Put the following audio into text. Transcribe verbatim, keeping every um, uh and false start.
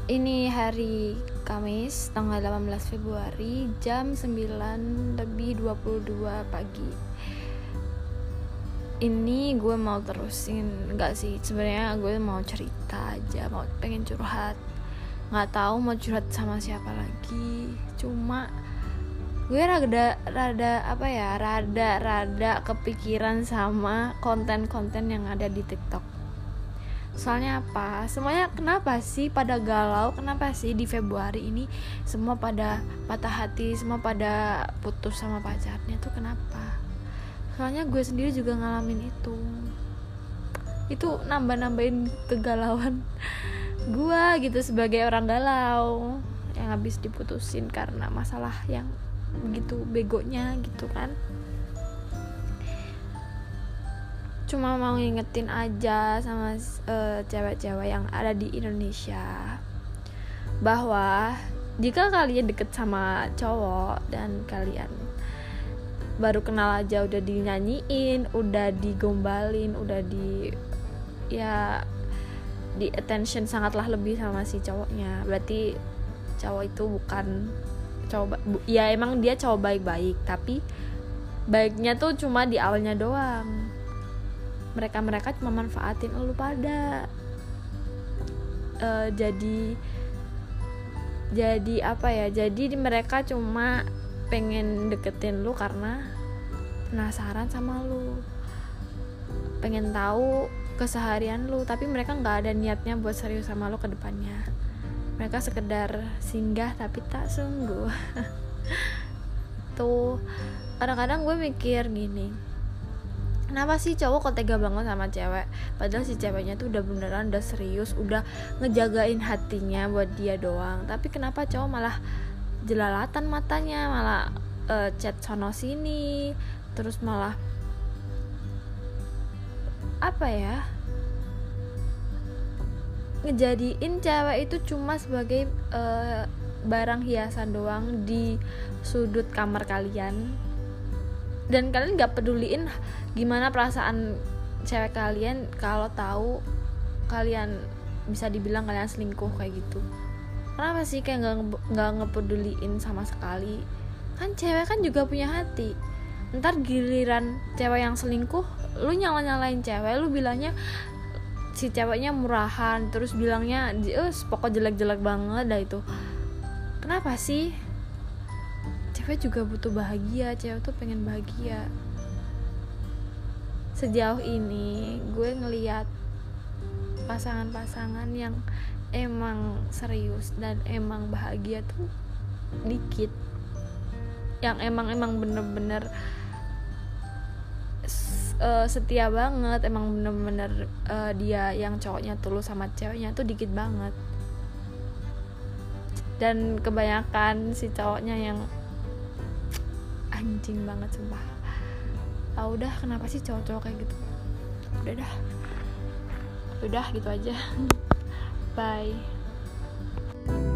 Ini hari Kamis tanggal delapan belas Februari jam sembilan lebih dua puluh dua pagi. Ini gue mau terusin, enggak sih, sebenarnya gue mau cerita aja, mau pengen curhat. Nggak tahu mau curhat sama siapa lagi. Cuma gue rada rada apa ya, rada rada kepikiran sama konten-konten yang ada di TikTok. Soalnya apa? Semuanya kenapa sih pada galau? Kenapa sih di Februari ini semua pada patah hati, semua pada putus sama pacarnya tuh kenapa? Soalnya gue sendiri juga ngalamin itu. Itu nambah-nambahin kegalauan gue gitu sebagai orang galau yang habis diputusin karena masalah yang begitu begonya gitu kan. Cuma mau ngingetin aja sama uh, cewek-cewek yang ada di Indonesia bahwa jika kalian deket sama cowok dan kalian baru kenal aja udah dinyanyiin, udah digombalin, udah di ya di attention sangatlah lebih sama si cowoknya, berarti cowok itu bukan cowok bu, ya emang dia cowok baik-baik, tapi baiknya tuh cuma di awalnya doang. Mereka-mereka cuma manfaatin lu pada uh, jadi jadi apa ya jadi mereka cuma pengen deketin lu karena penasaran sama lu, pengen tahu keseharian lu, tapi mereka nggak ada niatnya buat serius sama lu ke depannya. Mereka sekedar singgah tapi tak sungguh. Tuh kadang-kadang gue mikir gini, kenapa sih cowok kok tega banget sama cewek, padahal si ceweknya tuh udah beneran udah serius, udah ngejagain hatinya buat dia doang, tapi kenapa cowok malah jelalatan matanya, malah uh, chat sono sini, terus malah apa ya ngejadiin cewek itu cuma sebagai uh, barang hiasan doang di sudut kamar kalian, dan kalian gak peduliin gimana perasaan cewek kalian kalau tahu kalian bisa dibilang kalian selingkuh kayak gitu. Kenapa sih kayak gak, gak ngepeduliin sama sekali? Kan cewek kan juga punya hati. Ntar giliran cewek yang selingkuh, lu nyala-nyalain cewek, lu bilangnya si ceweknya murahan, terus bilangnya eh pokok jelek-jelek banget dah itu. Kenapa sih? Cewek juga butuh bahagia, cewek tuh pengen bahagia. Sejauh ini gue ngelihat pasangan-pasangan yang emang serius dan emang bahagia tuh dikit. Yang emang emang bener-bener uh, setia banget, emang bener-bener uh, dia yang cowoknya tulus sama ceweknya tuh dikit banget. Dan kebanyakan si cowoknya yang anjing banget sumpah. Ah udah, kenapa sih cowok-cowok kayak gitu? Udah dah. Udah gitu aja. Bye.